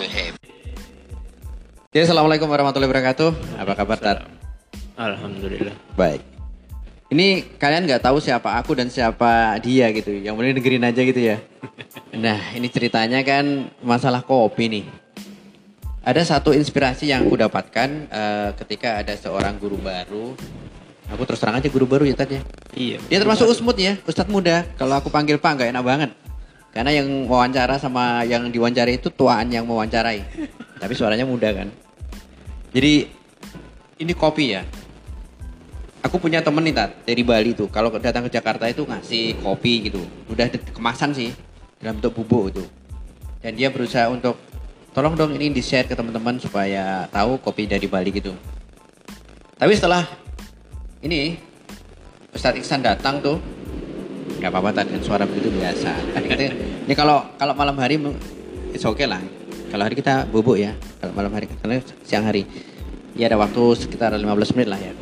Bethlehem. Ya, assalamualaikum warahmatullahi wabarakatuh. Apa kabar, Tat? Alhamdulillah. Baik. Ini kalian nggak tahu siapa aku dan siapa dia gitu. Yang boleh dengerin aja gitu ya. Nah, ini ceritanya kan masalah kopi nih. Ada satu inspirasi yang aku dapatkan ketika ada seorang guru baru. Aku terus terang aja guru baru ya, Tat ya. Iya. Dia termasuk Usmud ya, Ustadz muda. Kalau aku panggil Pak nggak enak banget. Karena yang wawancara sama yang diwawancarai itu tuaan yang mewawancarai. Tapi suaranya muda kan. Jadi ini kopi ya. Aku punya temen nih, Tat, dari Bali tuh. Kalau datang ke Jakarta itu ngasih kopi gitu. Udah kemasan sih dalam bentuk bubuk itu. Dan dia berusaha untuk tolong dong ini di-share ke teman-teman supaya tahu kopi dari Bali gitu. Tapi setelah ini Ustadz Iksan datang tuh, nggak apa-apa Tat, dengan suara begitu biasa. Ini kalau malam hari it's okay lah. Kalau hari kita bubuk ya. Kalau malam hari karena siang hari. Ya ada waktu sekitar 15 menit lah ya.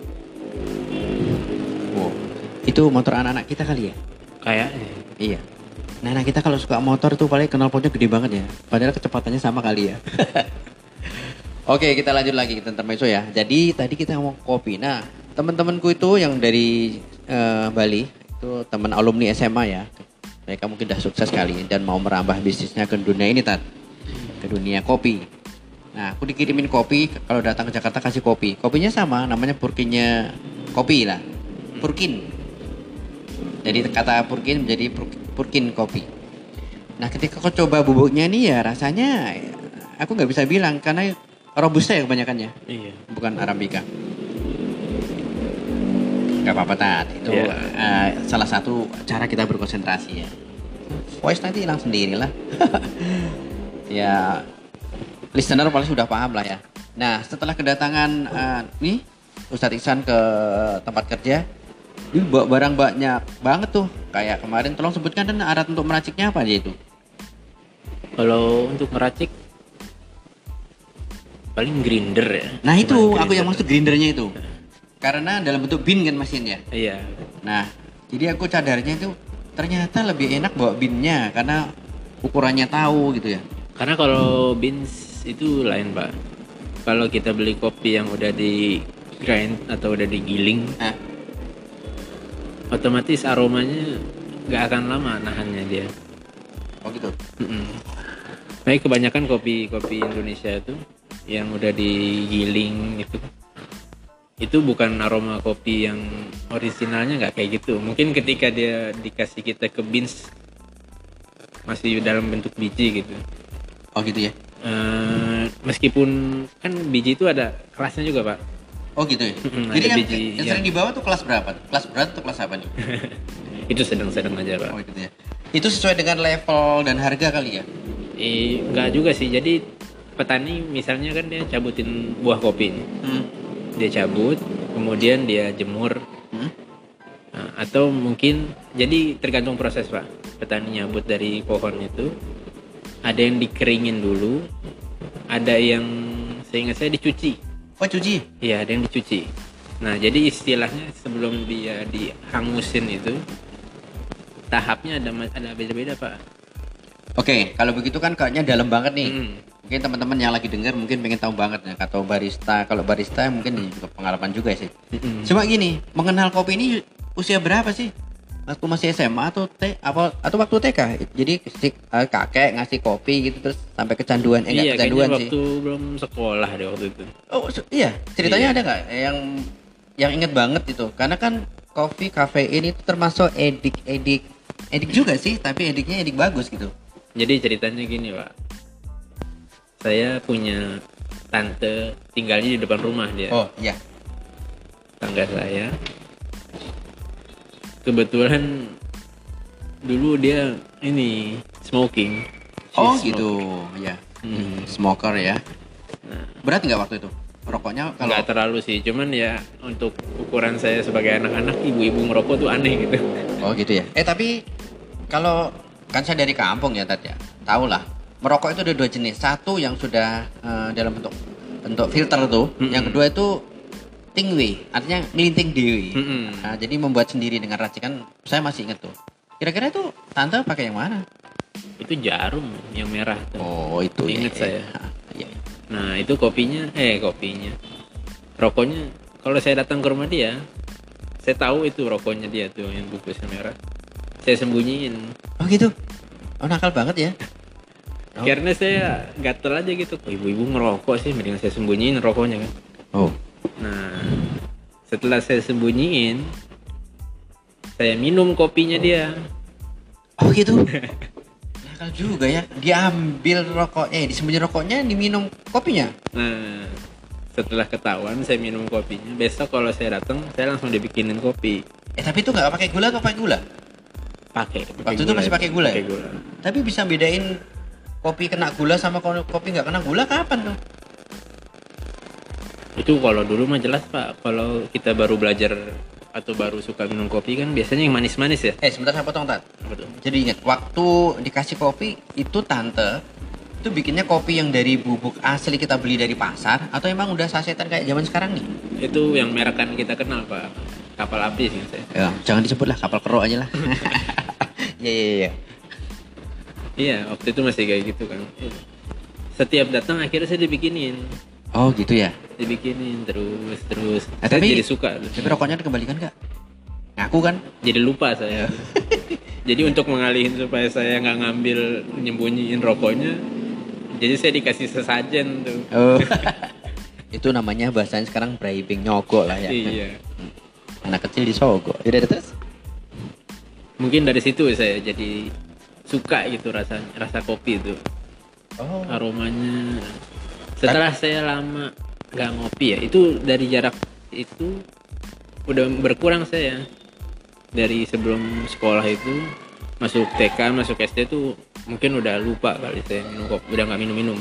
Wow. Itu motor anak-anak kita kali ya? Kayaknya. Iya. Nah, anak kita kalau suka motor tuh paling knalpotnya gede banget ya. Padahal kecepatannya sama kali ya. Oke, kita lanjut lagi kita intermezzo ya. Jadi tadi kita ngomong kopi. Nah, teman-temanku itu yang dari Bali itu teman alumni SMA ya. Mereka mungkin udah sukses sekali dan mau merambah bisnisnya ke dunia ini, Tat. Ke dunia kopi. Nah, aku dikirimin kopi, kalau datang ke Jakarta kasih kopi. Kopinya sama, namanya Purkinnya kopi lah. Purkin. Jadi kata Purkin menjadi Purkin kopi. Nah, ketika kau coba bubuknya nih ya rasanya aku nggak bisa bilang karena Robusta ya kebanyakannya. Iya. Bukan Arabica. Gak apa-apa, Tat. Itu salah satu cara kita berkonsentrasi ya. Voice nanti hilang sendiri lah. Ya, listener paling sudah paham lah ya. Nah, setelah kedatangan nih Ustadz Iksan ke tempat kerja, ini bawa barang banyak banget tuh. Kayak kemarin, tolong sebutkan dan alat untuk meraciknya apa aja itu? Kalau untuk meracik paling grinder ya. Nah itu, Cuman aku yang grinder. maksud grindernya itu. Karena dalam bentuk bin kan mesinnya. Iya. Nah, jadi aku cadarnya itu ternyata lebih enak bawa binnya karena ukurannya tahu gitu ya. Karena kalau beans itu lain, Pak. Kalau kita beli kopi yang udah di grind atau udah digiling, otomatis aromanya nggak akan lama nahannya dia. Oh gitu. Tapi kebanyakan kopi Indonesia itu yang udah digiling itu bukan aroma kopi yang originalnya, nggak kayak gitu. Mungkin ketika dia dikasih kita ke beans masih dalam bentuk biji gitu. Oh gitu ya. Meskipun kan biji itu ada kelasnya juga, Pak. Oh gitu ya. Ada Jadi yang, biji, yang sering dibawa tuh kelas berapa? Kelas berat atau kelas apa nih? Itu sedang-sedang aja, Pak. Oh gitu ya. Itu sesuai dengan level dan harga kali ya? Enggak juga sih. Jadi petani misalnya kan dia cabutin buah kopi nih. Dia cabut, kemudian dia jemur. Nah, atau mungkin jadi tergantung proses, Pak. Petani nyabut dari pohon itu. Ada yang dikeringin dulu, ada yang seingat saya dicuci. Oh cuci? Iya, ada yang dicuci. Nah, jadi istilahnya sebelum dia dihangusin itu tahapnya ada beda-beda, Pak. Oke, kalau begitu kan kayaknya dalam banget nih. Mungkin teman-teman yang lagi dengar mungkin pengen tahu banget ya. Atau barista, kalau barista mungkin juga pengalaman juga sih. Cuma gini, mengenal kopi ini usia berapa sih? Waktu masih SMA atau atau waktu TK? Jadi kakek ngasih kopi gitu terus sampai kecanduan, Iya, kecanduan kayaknya sih. waktu belum sekolah deh waktu itu. Oh iya, ceritanya Iya. ada nggak yang inget banget itu? Karena kan kopi kafein itu termasuk edik juga sih, tapi ediknya edik bagus gitu. Jadi ceritanya gini, Pak. Saya punya tante tinggalnya di depan rumah dia. Oh iya. Tangga saya. Kebetulan dulu dia ini smoking. Oh She's gitu, smoking. ya. Smoker ya. Nah, Berat nggak waktu itu? Rokoknya kalau nggak terlalu sih, cuman ya untuk ukuran saya sebagai anak-anak, ibu-ibu ngerokok tuh aneh gitu. Oh gitu ya. Tapi kalau kan saya dari kampung ya, Tat ya. Tahu lah. Merokok itu ada dua jenis. Satu yang sudah dalam bentuk filter tuh. Yang kedua itu tingwe, artinya ngelinting dewi. Nah, jadi membuat sendiri dengan racikan. Saya masih ingat tuh. Kira-kira itu tante pakai yang mana? Itu Jarum yang merah tuh. Oh itu Ingat ya. saya. Ya. Nah itu kopinya, rokoknya. Kalau saya datang ke rumah dia, saya tahu itu rokoknya dia tuh yang bungkusnya merah. Saya sembunyiin. Oh gitu. Oh nakal banget ya. Oh. Karena saya gatel aja gitu. Kok ibu-ibu ngerokok sih, mending saya sembunyiin rokoknya kan. Oh. Nah setelah saya sembunyiin, saya minum kopinya dia. Oh gitu. Nakal juga ya. Diambil disembunyiin rokoknya, diminum kopinya. Nah setelah ketahuan saya minum kopinya, besok kalau saya datang saya langsung dibikinin kopi. Tapi itu nggak pakai gula atau pakai gula? Pakai. Waktu itu masih pakai gula ya? Pakai gula. Tapi bisa bedain kopi kena gula sama kopi nggak kena gula kapan tuh? Itu kalau dulu mah jelas Pak. Kalau kita baru belajar atau baru suka minum kopi kan biasanya yang manis-manis ya. Sebentar saya potong Tat. Apa tuh? Jadi ingat, waktu dikasih kopi itu tante itu bikinnya kopi yang dari bubuk asli kita beli dari pasar atau emang udah sasetan kayak zaman sekarang nih? Itu yang merek kan kita kenal Pak. Kapal api sih saya. Ya, jangan disebut lah, kapal kero aja lah. Iya. Iya, waktu itu masih kayak gitu kan. Setiap datang akhirnya saya dibikinin. Oh gitu ya. Dibikinin terus. Saya Tapi jadi suka. Tapi rokoknya dikembalikan nggak? Ngaku kan? Jadi lupa saya. Jadi untuk mengalihin supaya saya nggak ngambil nyembunyiin rokoknya, jadi saya dikasih sesajen tuh. Oh. Itu namanya bahasanya sekarang bribing, nyogok lah ya. Iya. Anak kecil disogok. Udah terus? Mungkin dari situ saya jadi suka gitu rasa kopi itu. Oh. Aromanya. Setelah saya lama nggak ngopi ya, itu dari jarak itu udah berkurang saya. Dari sebelum sekolah itu masuk TK, masuk SD tuh mungkin udah lupa kali saya minum kopi, udah nggak minum.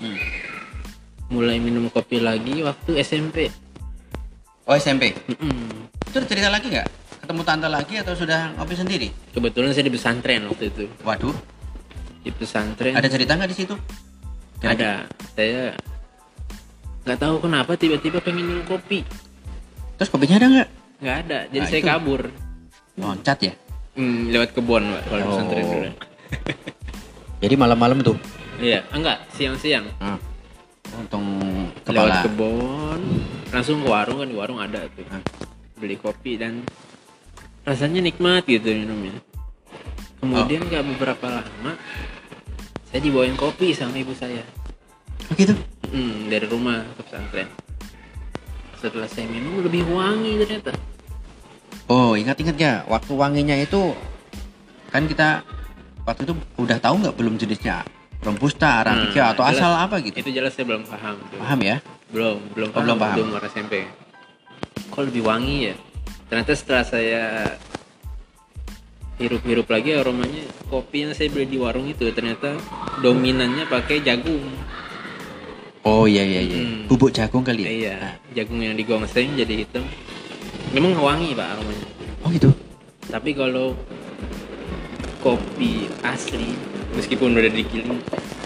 Mulai minum kopi lagi waktu SMP. Oh SMP. Mm-mm. Itu ada cerita lagi nggak? Ketemu tante lagi atau sudah ngopi sendiri? Kebetulan saya di pesantren waktu itu. Waduh. Di pesantren. Ada cerita nggak di situ? Ada. Saya nggak tahu kenapa tiba-tiba pengen minum kopi. Terus kopinya ada nggak? Nggak ada. Jadi Nah, saya itu. kabur. Loncat ya? Lewat kebun Pak, kalau di pesantren dulu. Jadi malam-malam tuh? Iya, enggak, siang-siang. Untung Lewat kepala. kebun, langsung ke warung kan, di warung ada tuh. Beli kopi dan rasanya nikmat gitu minumnya. Kemudian nggak beberapa lama, saya dibawain kopi sama ibu saya. Oh gitu? Dari rumah ke pesantren. Setelah saya minum lebih wangi ternyata. Oh ingat-ingat ya, waktu wanginya itu kan kita waktu itu udah tahu nggak belum jenisnya robusta, arabica atau jelas, asal apa gitu? Itu jelas saya belum paham tuh. Paham ya? Belum belum paham. paham. Belum umur SMP. Kok lebih wangi ya? Ternyata setelah saya hirup-hirup lagi aromanya, kopi yang saya beli di warung itu ternyata dominannya pakai jagung. Oh iya. Bubuk jagung kali ya? Iya, jagung yang digongseng jadi hitam. Memang wangi Pak aromanya. Oh gitu? Tapi kalau kopi asli, meskipun udah digiling,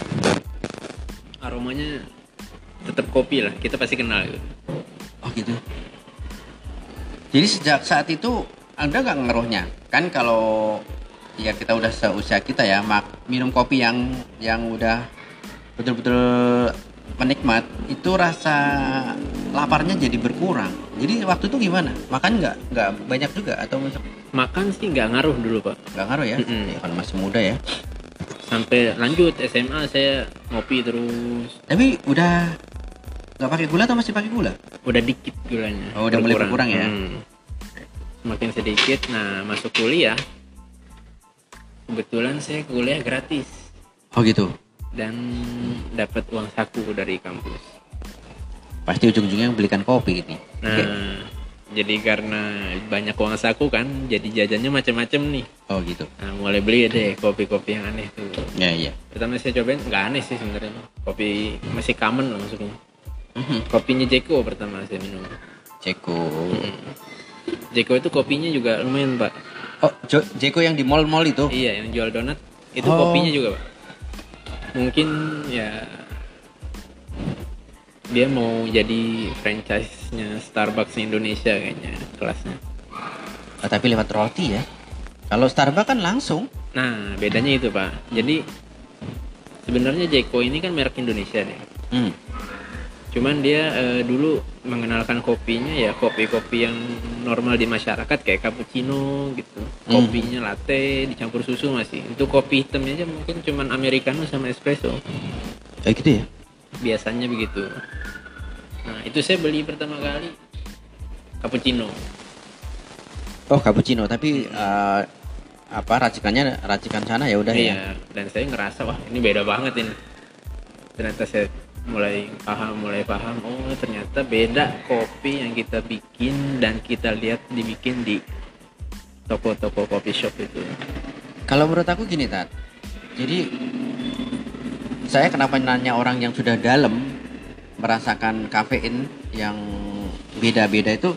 aromanya tetap kopi lah. Kita pasti kenal gitu. Oh gitu. Jadi sejak saat itu Anda nggak ngeruhnya? Kan kalau ya kita udah seusia kita ya, minum kopi yang udah betul-betul menikmat, itu rasa laparnya jadi berkurang. Jadi waktu itu gimana? Makan nggak banyak juga atau Makan sih nggak ngaruh dulu Pak. nggak ngaruh ya? Ya kan masih muda ya. Sampai lanjut SMA saya ngopi terus. Tapi udah nggak pakai gula atau masih pakai gula? Udah dikit gulanya. Oh, udah mulai berkurang ya? Semakin sedikit. Nah masuk kuliah, kebetulan saya kuliah gratis Oh gitu. dan dapat uang saku dari kampus. Pasti ujung-ujungnya belikan kopi gitu. Nah jadi karena banyak uang saku kan, jadi jajannya macam-macam nih. Oh gitu. Nah mulai beli deh kopi-kopi yang aneh tuh. Ya iya. Pertama saya cobain nggak aneh sih sebenarnya. Kopi masih common lah maksudnya. Kopinya Jeko pertama saya minum. Jeko. Jeko itu kopinya juga lumayan Pak. Oh, Jeko yang di mall-mall itu? Iya, yang jual donat itu Oh. kopinya juga Pak. Mungkin ya dia mau jadi franchise-nya Starbucks Indonesia kayaknya kelasnya. Tapi lewat roti ya. Kalau Starbucks kan langsung. Nah bedanya itu Pak. Jadi sebenarnya Jeko ini kan merek Indonesia nih. Cuman dia dulu mengenalkan kopinya ya kopi-kopi yang normal di masyarakat kayak cappuccino gitu. Kopinya latte dicampur susu masih. Itu kopi hitamnya aja mungkin cuman americano sama espresso. Kayak gitu ya? Biasanya begitu. Nah, itu saya beli pertama kali cappuccino. Oh, cappuccino, tapi racikannya racikan sana ya udah ya. Iya, dan saya ngerasa wah ini beda banget ini. Ternyata saya mulai paham oh ternyata beda kopi yang kita bikin dan kita lihat dibikin di toko-toko coffee shop itu. Kalau menurut aku gini Tat, jadi saya kenapa nanya orang yang sudah dalam merasakan kafein yang beda-beda itu,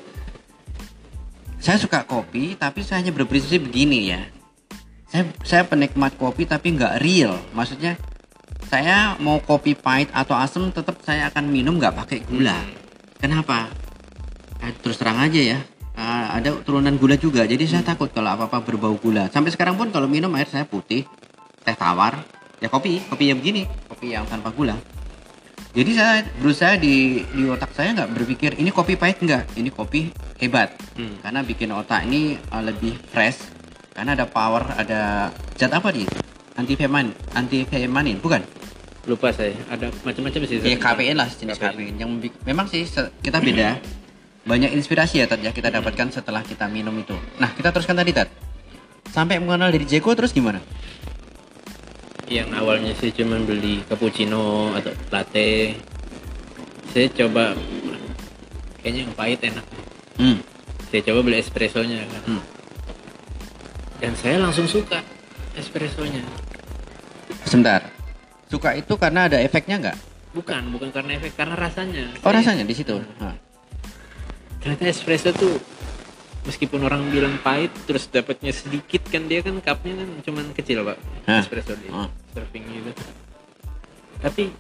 saya suka kopi tapi saya hanya berprinsip begini ya, saya penikmat kopi tapi nggak real, maksudnya saya mau kopi pahit atau asam tetap saya akan minum nggak pakai gula. Kenapa? Terus terang aja ya, ada turunan gula juga. Jadi saya takut kalau apa-apa berbau gula. Sampai sekarang pun kalau minum air saya putih, teh tawar, ya kopi yang begini, kopi yang tanpa gula. Jadi saya berusaha di otak saya nggak berpikir ini kopi pahit nggak, ini kopi hebat. Karena bikin otak ini lebih fresh. Karena ada power, ada zat apa nih? Antifemanin, bukan? Lupa saya, ada macam-macam sih. Ya kafein lah, jenis kafein. Yang memang sih kita beda. Banyak inspirasi ya Tat ya kita dapatkan setelah kita minum itu. Nah kita teruskan tadi Tat. Sampai mengenal dari Jeko terus gimana? Yang awalnya saya cuma beli cappuccino atau latte. Saya coba kayaknya yang pahit enak. Saya coba beli espressonya kan. Dan saya langsung suka espressonya. Sebentar. Suka itu karena ada efeknya nggak? Bukan karena efek, karena rasanya. Oh rasanya di situ. Ternyata espresso tuh meskipun orang bilang pahit terus dapatnya sedikit kan, dia kan cupnya kan cuman kecil Pak. Espresso dia serving gitu. Tapi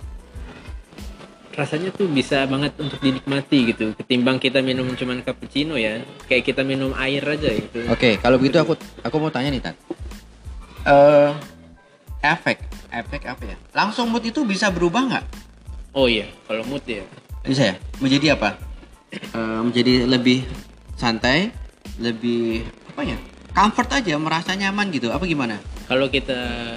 rasanya tuh bisa banget untuk dinikmati gitu, ketimbang kita minum cuman cappuccino ya, kayak kita minum air aja gitu. Oke, kalau begitu aku mau tanya nih Tat. Efek apa ya? Langsung mood itu bisa berubah nggak? Oh iya, kalau mood ya. Bisa ya? Menjadi apa? Menjadi lebih santai, lebih apa ya? Comfort aja, merasa nyaman gitu. Apa gimana? Kalau kita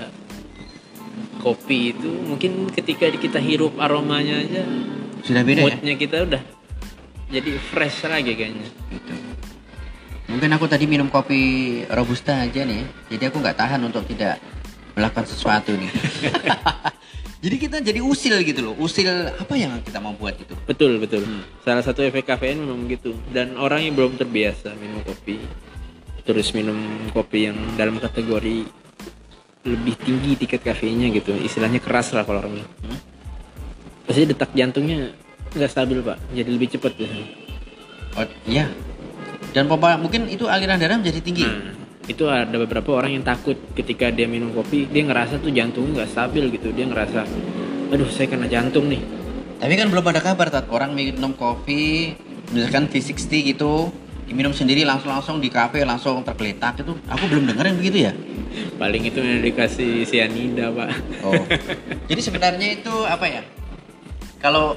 kopi itu mungkin ketika kita hirup aromanya aja sudah beda moodnya ya? Kita udah jadi fresh lagi kayaknya. Gitu. Mungkin aku tadi minum kopi robusta aja nih, jadi aku nggak tahan untuk tidak melakukan sesuatu nih. Jadi kita jadi usil gitu loh. Usil apa yang kita mau buat itu? Betul. Salah satu efek kafein memang gitu. Dan orang yang belum terbiasa minum kopi, terus minum kopi yang dalam kategori lebih tinggi tingkat kafeinnya gitu, istilahnya keras lah kalau orang bilang. Pasti detak jantungnya nggak stabil Pak, jadi lebih cepat biasanya. Oh iya. Dan pompa mungkin itu aliran darah menjadi tinggi. Itu ada beberapa orang yang takut ketika dia minum kopi, dia ngerasa tuh jantungnya nggak stabil gitu, dia ngerasa aduh saya kena jantung nih. Tapi kan belum ada kabar Tat, orang minum kopi misalkan V60 gitu diminum sendiri langsung di kafe langsung tergeletak, itu aku belum dengar yang begitu ya. Paling itu yang dikasih cyanida Pak. Oh. Jadi sebenarnya itu apa ya, kalau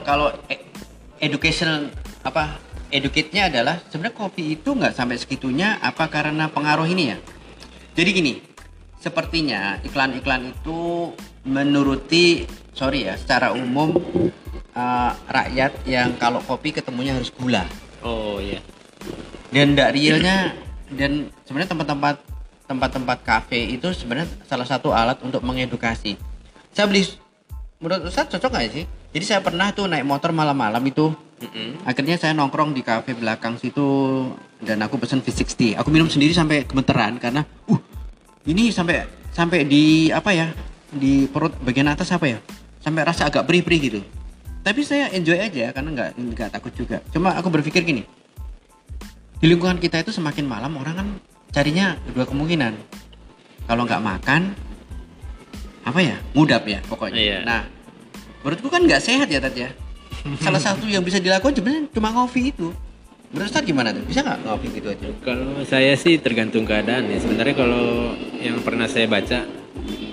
educate-nya adalah sebenarnya kopi itu nggak sampai segitunya apa karena pengaruh ini ya. Jadi gini, sepertinya iklan-iklan itu menuruti secara umum rakyat yang kalau kopi ketemunya harus gula. Oh iya. Dan nggak realnya, dan sebenarnya tempat-tempat kafe itu sebenarnya salah satu alat untuk mengedukasi. Saya beli, menurut Ustaz cocok nggak sih? Jadi saya pernah tuh naik motor malam-malam itu. Akhirnya saya nongkrong di kafe belakang situ dan aku pesen V60. Aku minum sendiri sampai gemeteran karena ini sampai di apa ya, di perut bagian atas apa ya, sampai rasa agak perih-perih gitu. Tapi saya enjoy aja karena nggak takut juga. Cuma aku berpikir gini, di lingkungan kita itu semakin malam orang kan carinya dua kemungkinan. Kalau nggak makan apa ya, ngudap ya pokoknya. Iya. Nah, menurutku kan nggak sehat ya Tat ya. Salah satu yang bisa dilakukan sebenarnya cuma ngopi itu. Menurut Ustaz gimana tuh? Bisa nggak ngopi gitu aja? Kalau saya sih tergantung keadaan ya. Sebenarnya kalau yang pernah saya baca,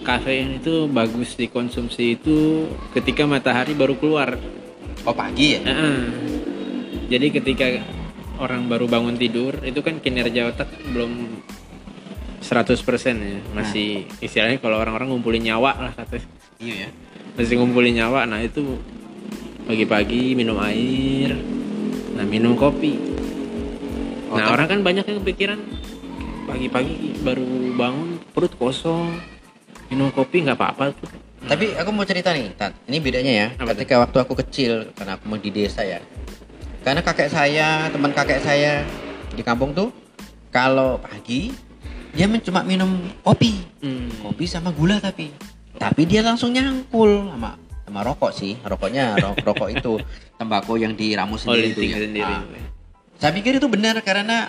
kafein itu bagus dikonsumsi itu ketika matahari baru keluar. Oh pagi ya? Jadi ketika orang baru bangun tidur itu kan kinerja otak belum 100% ya. Masih istilahnya kalau orang-orang ngumpulin nyawa lah katanya. Iya ya. Masih ngumpulin nyawa. Nah itu pagi-pagi minum air. Nah minum kopi. Nah orang kan banyak yang kepikiran pagi-pagi baru bangun perut kosong minum kopi nggak apa-apa tuh. Tapi aku mau cerita nih, Tat. Ini bedanya ya. Apa ketika waktu aku kecil, karena aku mau di desa ya. Karena kakek saya, teman kakek saya di kampung tuh, kalau pagi dia cuma minum kopi, kopi sama gula tapi dia langsung nyangkul sama rokok sih, rokoknya rokok itu tembakau yang diramu sendiri itu ya. Sendiri. Saya pikir itu benar karena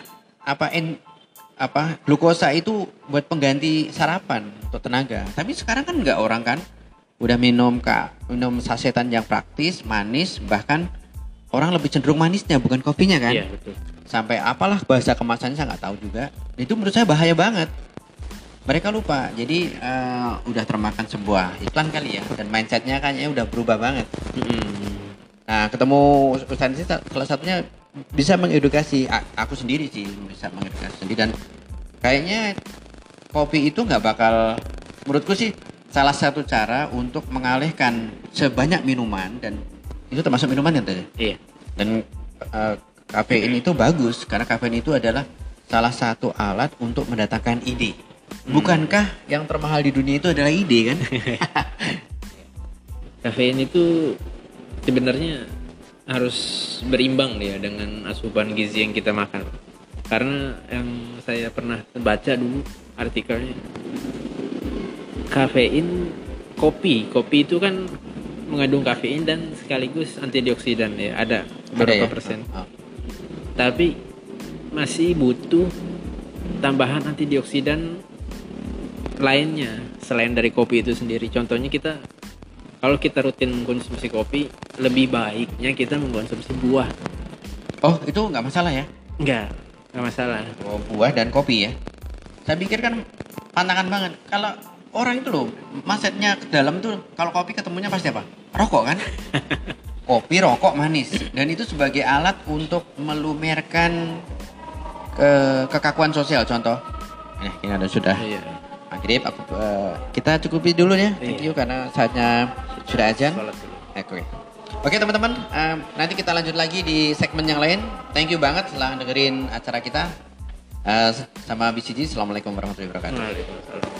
glukosa itu buat pengganti sarapan untuk tenaga. Tapi sekarang kan enggak, orang kan udah minum sasetan yang praktis, manis, bahkan orang lebih cenderung manisnya bukan kopinya kan. Iya betul. Sampai apalah bahasa kemasannya saya nggak tahu juga. Itu menurut saya bahaya banget. Mereka lupa. Jadi udah termakan sebuah iklan kali ya, dan mindsetnya kayaknya udah berubah banget. Nah ketemu Ustaz ini salah satunya bisa mengedukasi aku sendiri sih, bisa mengedukasi sendiri, dan kayaknya kopi itu nggak bakal, menurutku sih salah satu cara untuk mengalihkan sebanyak minuman, dan itu termasuk minuman ya tadi. Iya. Dan kafein itu bagus karena kafein itu adalah salah satu alat untuk mendatangkan ide. Bukankah yang termahal di dunia itu adalah ide kan? Kafein itu sebenarnya harus berimbang dia dengan asupan gizi yang kita makan. Karena yang saya pernah baca dulu artikelnya, kafein, kopi itu kan mengandung kafein dan sekaligus antioksidan ya, ada berapa persen. Tapi masih butuh tambahan antioksidan lainnya selain dari kopi itu sendiri. Contohnya kalau kita rutin mengkonsumsi kopi, lebih baiknya kita mengkonsumsi buah. Oh, itu nggak masalah ya? Nggak masalah. Oh, buah dan kopi ya. Saya pikir kan pantangan banget. Kalau orang itu loh, mindsetnya ke dalam tuh, kalau kopi ketemunya pasti apa? Rokok kan? Kopi, rokok, manis. Dan itu sebagai alat untuk melumerkan kekakuan sosial. Contoh, ini ada sudah. Iya. Maghrib, kita cukupi dulu ya. Thank you karena saatnya sudah azan. Oke teman-teman, nanti kita lanjut lagi di segmen yang lain. Thank you banget setelah dengerin acara kita sama BCG. Assalamualaikum warahmatullahi wabarakatuh. Waalaikumsalam.